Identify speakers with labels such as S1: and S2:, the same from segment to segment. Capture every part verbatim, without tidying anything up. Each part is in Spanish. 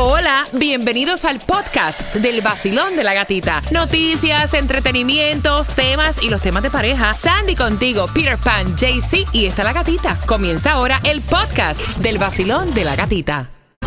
S1: Hola, bienvenidos al podcast del Vacilón de la Gatita. Noticias, entretenimientos, temas y los temas de pareja. Sandy contigo, Peter Pan, J C y está la gatita. Comienza ahora el podcast del Vacilón de la Gatita.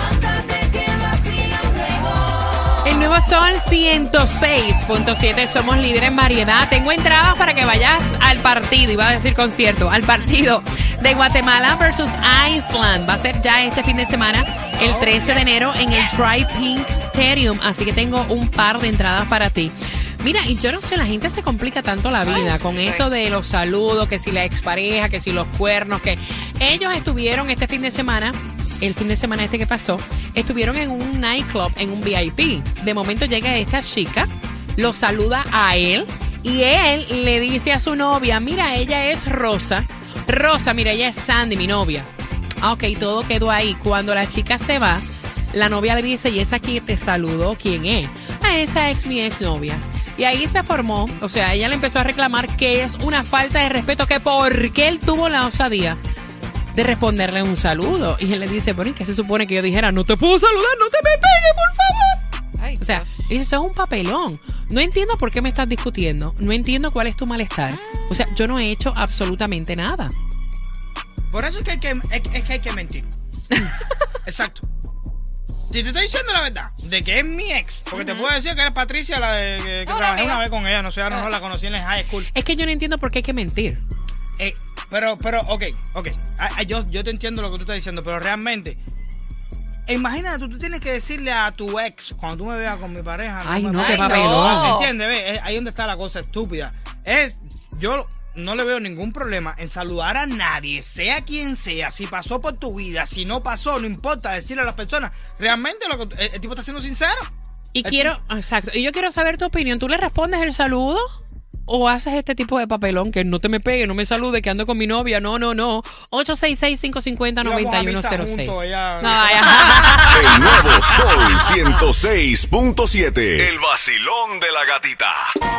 S1: El nuevo Sol ciento seis punto siete, somos líderes en variedad. Tengo entradas para que vayas al partido, iba a decir concierto, al partido de Guatemala versus Iceland. Va a ser ya este fin de semana, el trece de enero, en el Tri-Pink Stadium. Así que tengo un par de entradas para ti. Mira, y yo no sé, la gente se complica tanto la vida con esto de los saludos, que si la expareja, que si los cuernos, que ellos estuvieron este fin de semana, el fin de semana este que pasó, estuvieron en un nightclub, en un V I P. De momento llega esta chica, lo saluda a él y él le dice a su novia, mira, ella es Rosa. Rosa, mira, ella es Sandy, mi novia. Ah, ok, todo quedó ahí. Cuando la chica se va, la novia le dice, ¿y esa que te saludó quién es? Ah, esa es mi exnovia. Y ahí se formó, o sea, ella le empezó a reclamar que es una falta de respeto, que por qué él tuvo la osadía de responderle un saludo. Y él le dice, bueno, ¿y qué se supone que yo dijera? No te puedo saludar, no te me pegues, por favor. Ay, o sea, dice, eso es un papelón. No entiendo por qué me estás discutiendo. No entiendo cuál es tu malestar. O sea, yo no he hecho absolutamente nada.
S2: Por eso es que hay que, es, es que, hay que mentir. Exacto. Si te estoy diciendo la verdad, de que es mi ex, porque uh-huh. te puedo decir que eres Patricia, la de que, que trabajé una vez con ella, no sé, ahora no la conocí en el high school.
S1: Es que yo no entiendo por qué hay que mentir.
S2: Eh, pero, pero, ok, ok. Ah, yo, yo te entiendo lo que tú estás diciendo, pero realmente, imagínate, tú, tú tienes que decirle a tu ex, cuando tú me veas con mi pareja.
S1: Ay,
S2: no,
S1: no,
S2: me
S1: qué papelón.
S2: ¿Entiendes? Ve, es ahí donde está la cosa estúpida. Es, yo no le veo ningún problema en saludar a nadie, sea quien sea, si pasó por tu vida, si no pasó, no importa, decirle a las personas, realmente lo que, el, el tipo está siendo sincero.
S1: Y el quiero, tipo, exacto, y yo quiero saber tu opinión. ¿Tú le respondes el saludo? ¿O haces este tipo de papelón que no te me pegue, no me salude, que ando con mi novia? No, no, no. ocho seis seis, cinco cinco cero, nueve uno cero seis. No,
S3: el nuevo Sol ciento seis punto siete. El vacilón de la gatita.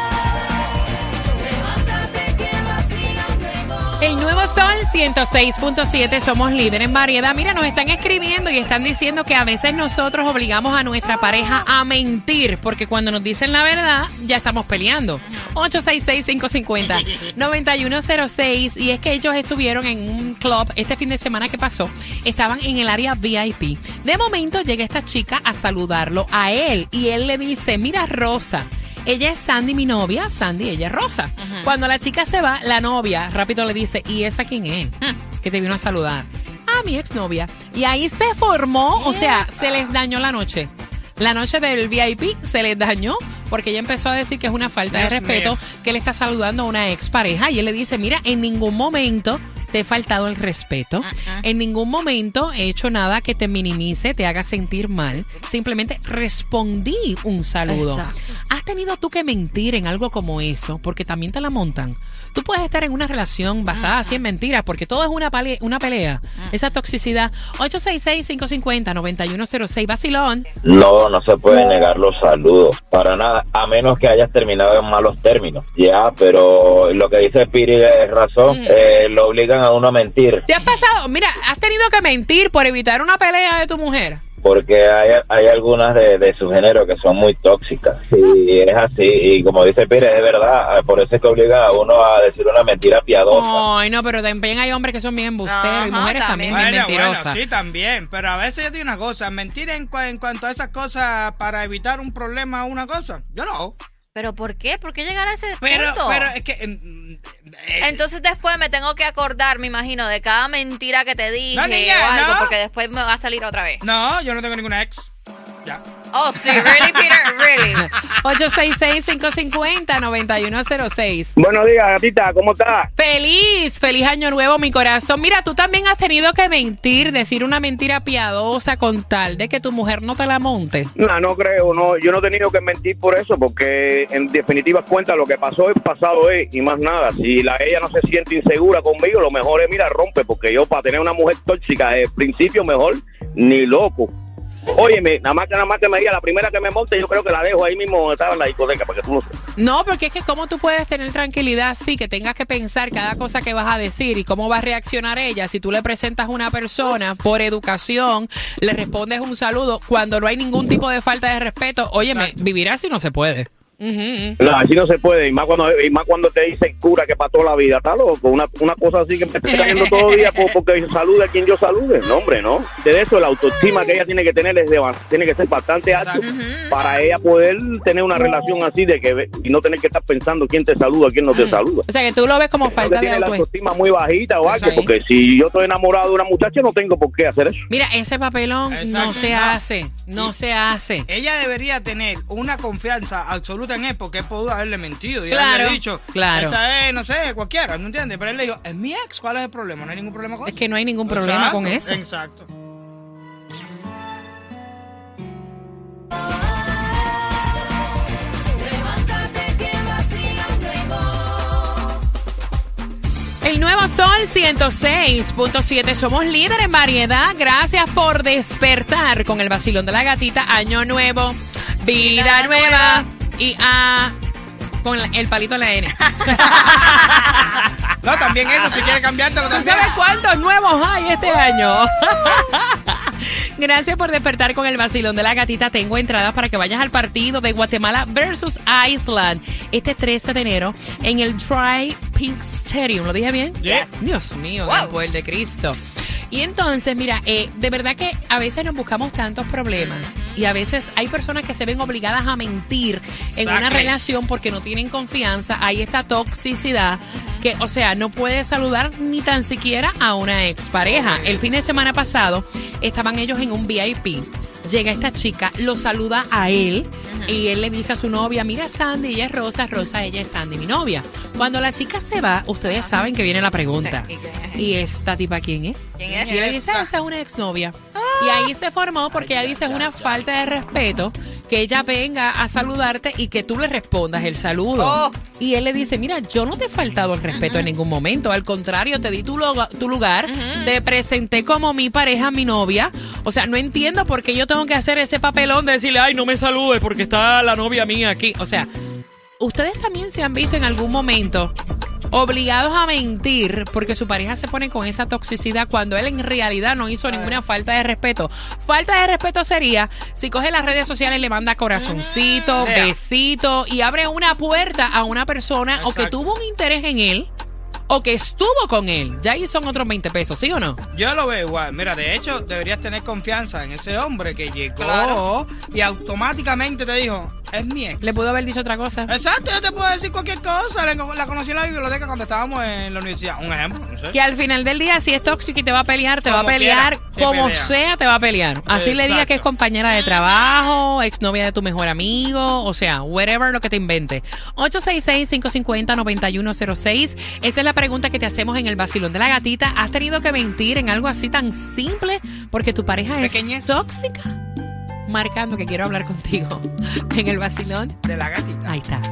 S1: El nuevo Sol ciento seis punto siete, somos líderes en variedad. Mira, nos están escribiendo y están diciendo que a veces nosotros obligamos a nuestra pareja a mentir, porque cuando nos dicen la verdad, ya estamos peleando. ocho seis seis, cinco cinco cero, nueve uno cero seis. Y es que ellos estuvieron en un club este fin de semana que pasó. Estaban en el área V I P. De momento llega esta chica a saludarlo a él y él le dice, mira, Rosa, ella es Sandy, mi novia. Sandy, ella es Rosa. Uh-huh. Cuando la chica se va, la novia rápido le dice, ¿y esa quién es? Uh-huh. Que te vino a saludar. Ah, mi exnovia. Y ahí se formó, o sea, se les dañó la noche. La noche del V I P se les dañó porque ella empezó a decir que es una falta Dios de respeto mío. Que él está saludando a una expareja y él le dice, mira, en ningún momento te he faltado el respeto. Uh-uh. En ningún momento he hecho nada que te minimice, te haga sentir mal. Simplemente respondí un saludo. Exacto. ¿Has tenido tú que mentir en algo como eso? Porque también te la montan. Tú puedes estar en una relación basada uh-huh. así en mentiras, porque todo es una, pale- una pelea. Uh-huh. Esa toxicidad. ocho seis seis, cinco cinco cero, nueve uno cero seis. Vacilón.
S4: No, no se puede negar los saludos. Para nada. A menos que hayas terminado en malos términos. Ya, pero lo que dice Piri es razón. Uh-huh. Eh, lo obligan a uno a mentir.
S1: ¿Te has pasado? Mira, has tenido que mentir por evitar una pelea de tu mujer.
S4: Porque hay, hay algunas de, de su género que son muy tóxicas. Y es así. Y como dice Pires, es verdad. Por eso es que obliga a uno a decir una mentira piadosa.
S1: Ay, no, pero también hay hombres que son bien embusteros. Ajá, y mujeres también, también bien
S2: bueno,
S1: mentirosas.
S2: Bueno, sí, también. Pero a veces yo digo una cosa. Mentir en, cu- en cuanto a esas cosas para evitar un problema o una cosa. Yo no.
S5: ¿Pero por qué? ¿Por qué llegar a ese
S2: pero,
S5: punto?
S2: Pero es que... Eh,
S5: Entonces después me tengo que acordar, me imagino, de cada mentira que te dije
S2: no, niña,
S5: o algo,
S2: no.
S5: porque después me va a salir otra vez.
S2: No, yo no tengo ninguna ex. Ya.
S5: Oh, sí, really, Peter, really.
S1: ocho seis seis, cinco cinco cero, nueve uno cero seis.
S6: Buenos días, gatita, ¿cómo estás?
S1: Feliz, feliz año nuevo, mi corazón. Mira, tú también has tenido que mentir, decir una mentira piadosa con tal de que tu mujer no te la monte.
S6: No, no creo, no, yo no he tenido que mentir por eso, porque en definitiva cuenta lo que pasó es pasado es y más nada. Si la ella no se siente insegura conmigo, lo mejor es, mira, rompe, porque yo para tener una mujer tóxica, desde el principio mejor, ni loco. Óyeme, nada más que nada más que me diga la primera que me monte, yo creo que la dejo ahí mismo donde estaba en la discoteca, para que tú lo sepas.
S1: No, porque es que cómo tú puedes tener tranquilidad, sí, que tengas que pensar cada cosa que vas a decir y cómo va a reaccionar ella. Si tú le presentas a una persona por educación, le respondes un saludo, cuando no hay ningún tipo de falta de respeto, óyeme, Exacto. vivir así no se puede. Uh-huh.
S6: No, así no se puede, y más cuando y más cuando te dicen cura que para toda la vida, está loco, una, una cosa así que me está cayendo todo el día por, porque salude a quien yo salude, no hombre, no, de eso la autoestima que ella tiene que tener es de, tiene que ser bastante alto uh-huh. para ella poder tener una relación así de que y no tener que estar pensando quién te saluda, quién no te saluda.
S1: O sea que tú lo ves como falta de
S6: tiene
S1: autoestima.
S6: la autoestima muy bajita o algo, porque si yo estoy enamorado de una muchacha no tengo por qué hacer eso.
S1: Mira, ese papelón Exacto. no se
S2: no.
S1: hace, no sí. se hace.
S2: Ella debería tener una confianza absoluta en él porque él pudo haberle mentido y
S1: claro,
S2: haberle dicho,
S1: claro.
S2: esa es, no sé, cualquiera, ¿no entiendes? Pero él le dijo, es mi ex, ¿cuál es el problema? No hay ningún problema con
S1: Es
S2: eso.
S1: que no hay ningún problema
S2: Exacto,
S1: con eso.
S2: Exacto.
S1: El nuevo Sol ciento seis punto siete. Somos líderes en variedad. Gracias por despertar con el vacilón de la gatita. Año nuevo, vida, vida nueva. nueva. Y a... con el palito de la N.
S2: No, también eso, si quieres cambiártelo también.
S1: ¿Tú sabes cuántos nuevos hay este año? Gracias por despertar con el vacilón de la gatita. Tengo entradas para que vayas al partido de Guatemala versus Iceland este trece de enero en el Dry Pink Stadium. ¿Lo dije bien?
S2: Yes.
S1: Dios mío,
S5: Wow.
S1: el poder de Cristo. Y entonces, mira, eh, de verdad que a veces nos buscamos tantos problemas y a veces hay personas que se ven obligadas a mentir en
S2: Exacto.
S1: una relación porque no tienen confianza. Hay esta toxicidad que, o sea, no puedes saludar ni tan siquiera a una expareja. El fin de semana pasado estaban ellos en un V I P. Llega esta chica, lo saluda a él uh-huh. y él le dice a su novia, mira Sandy, ella es Rosa, Rosa, ella es Sandy, mi novia. Cuando la chica se va, ustedes uh-huh. saben que viene la pregunta. ¿Y esta tipa quién es?
S5: ¿Quién es?
S1: Y él le dice, esa es una exnovia. Oh. Y ahí se formó porque ella dice es una falta de respeto que ella venga a saludarte y que tú le respondas el saludo.
S5: Oh.
S1: Y él le dice, mira, yo no te he faltado el respeto uh-huh. en ningún momento. Al contrario, te di tu, loga, tu lugar, uh-huh. te presenté como mi pareja, mi novia. O sea, no entiendo por qué yo tengo que hacer ese papelón de decirle, ay, no me saludes porque está la novia mía aquí. O sea, ustedes también se han visto en algún momento obligados a mentir porque su pareja se pone con esa toxicidad cuando él en realidad no hizo ninguna falta de respeto. Falta de respeto sería si coge las redes sociales, le manda corazoncito,
S2: Yeah.
S1: besito y abre una puerta a una persona
S2: Exacto.
S1: o que tuvo un interés en él o que estuvo con él. Ya ahí son otros veinte pesos, ¿sí o no?
S2: Yo lo veo igual. Mira, de hecho, deberías tener confianza en ese hombre que llegó
S1: Claro.
S2: y automáticamente te dijo, es mi ex.
S1: Le pudo haber dicho otra cosa.
S2: Exacto, yo te puedo decir cualquier cosa. La, la conocí en la biblioteca cuando estábamos en la universidad. Un ejemplo, no sé.
S1: Que al final del día, si es tóxico y te va a pelear, te
S2: Como
S1: va a pelear,
S2: quiera, te
S1: como
S2: pelea.
S1: sea, te va a pelear. Así le diga que es compañera de trabajo, exnovia de tu mejor amigo, o sea, whatever lo que te invente. ocho seis seis, cinco cinco cero, nueve uno cero seis. Esa es la pregunta que te hacemos en el vacilón de la gatita. ¿Has tenido que mentir en algo así tan simple porque tu pareja es
S2: Pequeñez.
S1: tóxica? Marcando que quiero hablar contigo en el vacilón
S2: De la gatita.
S1: Ahí está.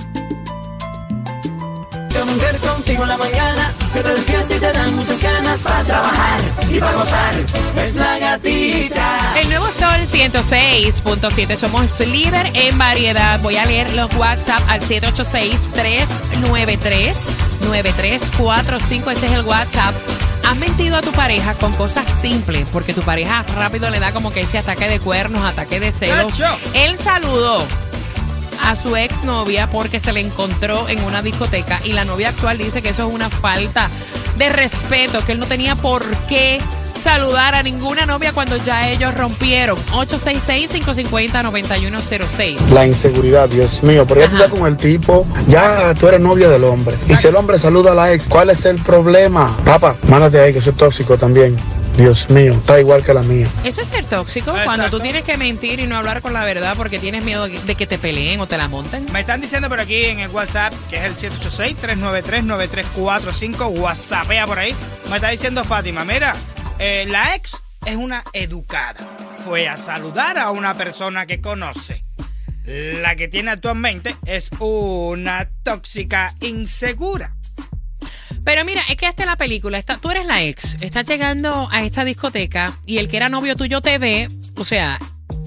S7: Mujer contigo en la mañana, que te despierta y te dan muchas ganas para trabajar y para gozar. Es la gatita.
S1: El nuevo Sol ciento seis punto siete. Somos líder en variedad. Voy a leer los WhatsApp al siete ocho seis, tres nueve tres, nueve tres cuatro cinco. Ese es el WhatsApp. ¿Has mentido a tu pareja con cosas simples? Porque tu pareja rápido le da como que ese ataque de cuernos, ataque de celos.
S2: ¡Nacho!
S1: Él saludó a su exnovia porque se le encontró en una discoteca y la novia actual dice que eso es una falta de respeto, que él no tenía por qué saludar a ninguna novia cuando ya ellos rompieron. ocho seis seis, cinco cinco cero, nueve uno cero seis.
S8: La inseguridad, Dios mío, pero ya tú
S1: Ajá.
S8: estás con el tipo, ya tú eres novia del hombre. Y si el hombre saluda a la ex, ¿cuál es el problema? Papá, mándate ahí que soy tóxico también. Dios mío, está igual que la mía.
S1: Eso es ser tóxico,
S2: Exacto.
S1: cuando tú tienes que mentir y no hablar con la verdad porque tienes miedo de que te peleen o te la monten.
S2: Me están diciendo por aquí en el WhatsApp, que es el siete ocho seis, tres nueve tres, nueve tres cuatro cinco, WhatsAppea por ahí. Me está diciendo Fátima, mira, eh, la ex es una educada. Fue a saludar a una persona que conoce. La que tiene actualmente es una tóxica insegura.
S1: Pero mira, es que esta es la película. Está, tú eres la ex. Estás llegando a esta discoteca y el que era novio tuyo te ve o sea,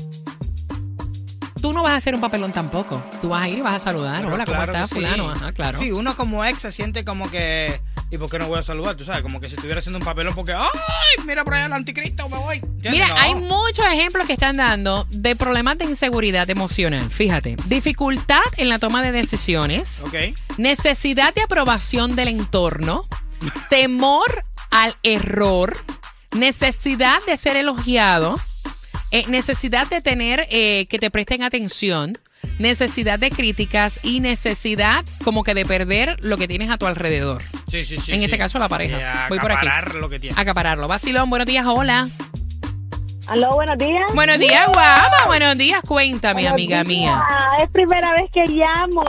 S1: tú no vas a hacer un papelón tampoco. Tú vas a ir y vas a saludar.
S2: Pero
S1: Hola, ¿cómo
S2: claro
S1: estás,
S2: que sí.
S1: fulano? Ajá, claro.
S2: Sí, uno como ex se siente como que... ¿Y por qué no voy a saludar? Tú sabes, como que si estuviera haciendo un papelón porque... ¡Ay! Mira por allá el anticristo, me voy. ¿Entiendes?
S1: Mira,
S2: No.
S1: hay muchos ejemplos que están dando de problemas de inseguridad emocional. Fíjate, dificultad en la toma de decisiones,
S2: Ok.
S1: necesidad de aprobación del entorno, temor al error, necesidad de ser elogiado, eh, necesidad de tener eh, que te presten atención, necesidad de críticas y necesidad como que de perder lo que tienes a tu alrededor.
S2: Sí, sí, sí.
S1: en
S2: sí.
S1: este caso, la pareja.
S2: Eh,
S1: Voy por aquí.
S2: acaparar lo que tiene.
S1: Acapararlo. Vacilón, buenos días, hola.
S9: Aló, buenos días.
S1: Buenos días, guapa. Buenos días, cuéntame,
S9: Buenos
S1: amiga
S9: días.
S1: mía.
S9: Es primera vez que llamo.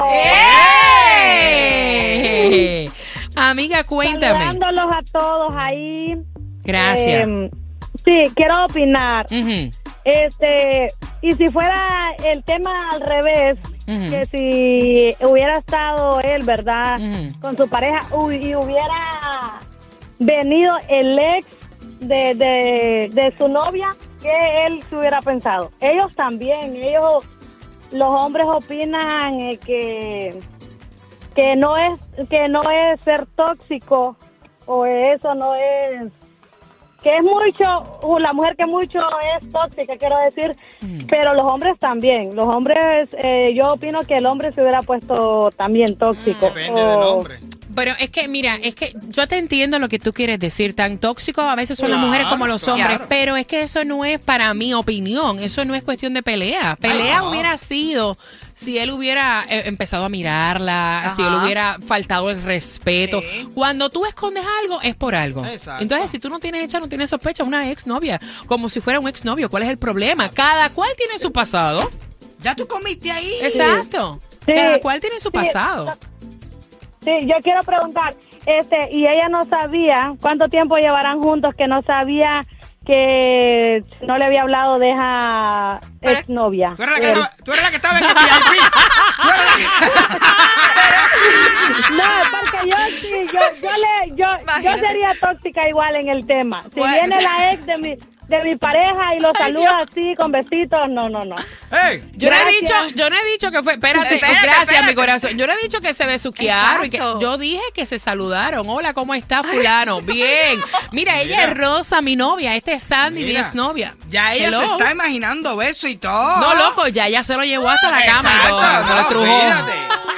S1: ¡Eh! Amiga, cuéntame.
S9: Saludándolos a todos ahí.
S1: Gracias.
S9: Eh, sí, quiero opinar.
S1: Ujú,
S9: Este, y si fuera el tema al revés,
S1: ujú.
S9: que si hubiera estado él, ¿verdad?
S1: Ujú.
S9: Con su pareja u- y hubiera venido el ex de, de, de su novia, ¿qué él se hubiera pensado? Ellos también, ellos, los hombres opinan eh, que que no es que no es ser tóxico o eso no es que es mucho, uh, la mujer que mucho es tóxica, quiero decir,
S1: Mm.
S9: pero los hombres también. Los hombres, eh, yo opino que el hombre se hubiera puesto también tóxico.
S2: Depende
S9: O-
S2: del hombre.
S1: Pero es que, mira, es que yo te entiendo lo que tú quieres decir. Tan tóxico a veces son las
S2: Claro,
S1: mujeres como los
S2: claro.
S1: hombres, pero es que eso no es para mi opinión. Eso no es cuestión de pelea. Pelea
S2: no.
S1: hubiera sido si él hubiera eh, empezado a mirarla,
S5: Ajá.
S1: si él hubiera faltado el respeto.
S2: Sí.
S1: Cuando tú escondes algo, es por algo.
S2: Exacto.
S1: Entonces, si tú no tienes hecha, no tienes sospecha, una exnovia, como si fuera un exnovio, ¿cuál es el problema? Cada cual tiene su pasado.
S2: Ya tú comiste ahí.
S1: Exacto.
S9: Sí.
S1: Cada cual tiene su
S9: Sí.
S1: pasado.
S9: Sí, yo quiero preguntar, este, y ella no sabía cuánto tiempo llevarán juntos, que no sabía que no le había hablado de esa
S5: Pero-
S9: exnovia.
S2: Tú eres la que, estaba- tú eres la que estaba en el V I P. Tú eres la
S9: No, porque yo sí, yo, yo le, yo, yo
S5: Imagínate.
S9: sería tóxica igual en el tema. Si
S5: Bueno.
S9: viene la ex de mi, de mi pareja y lo saluda así con besitos, no, no, no.
S2: que... ¡Ey!
S1: Yo no, he
S9: Gracias.
S1: dicho, yo no he dicho que fue, espérate,
S5: Espérate,
S1: gracias
S5: espérate.
S1: mi corazón. Yo no he dicho que se besuquearon y que
S5: Exacto.
S1: yo dije que se saludaron. Hola, ¿cómo está fulano? Bien. Mira, ella
S2: Mira.
S1: es Rosa, mi novia. Esta es Sandy, mi
S2: Mira,
S1: exnovia.
S2: Ya ella
S1: Hello.
S2: se está imaginando beso y todo.
S1: No, loco, ya ya se lo llevó hasta la cama y
S2: Exacto,
S1: todo. Se lo
S2: no,
S1: estrujó.
S2: olvídate.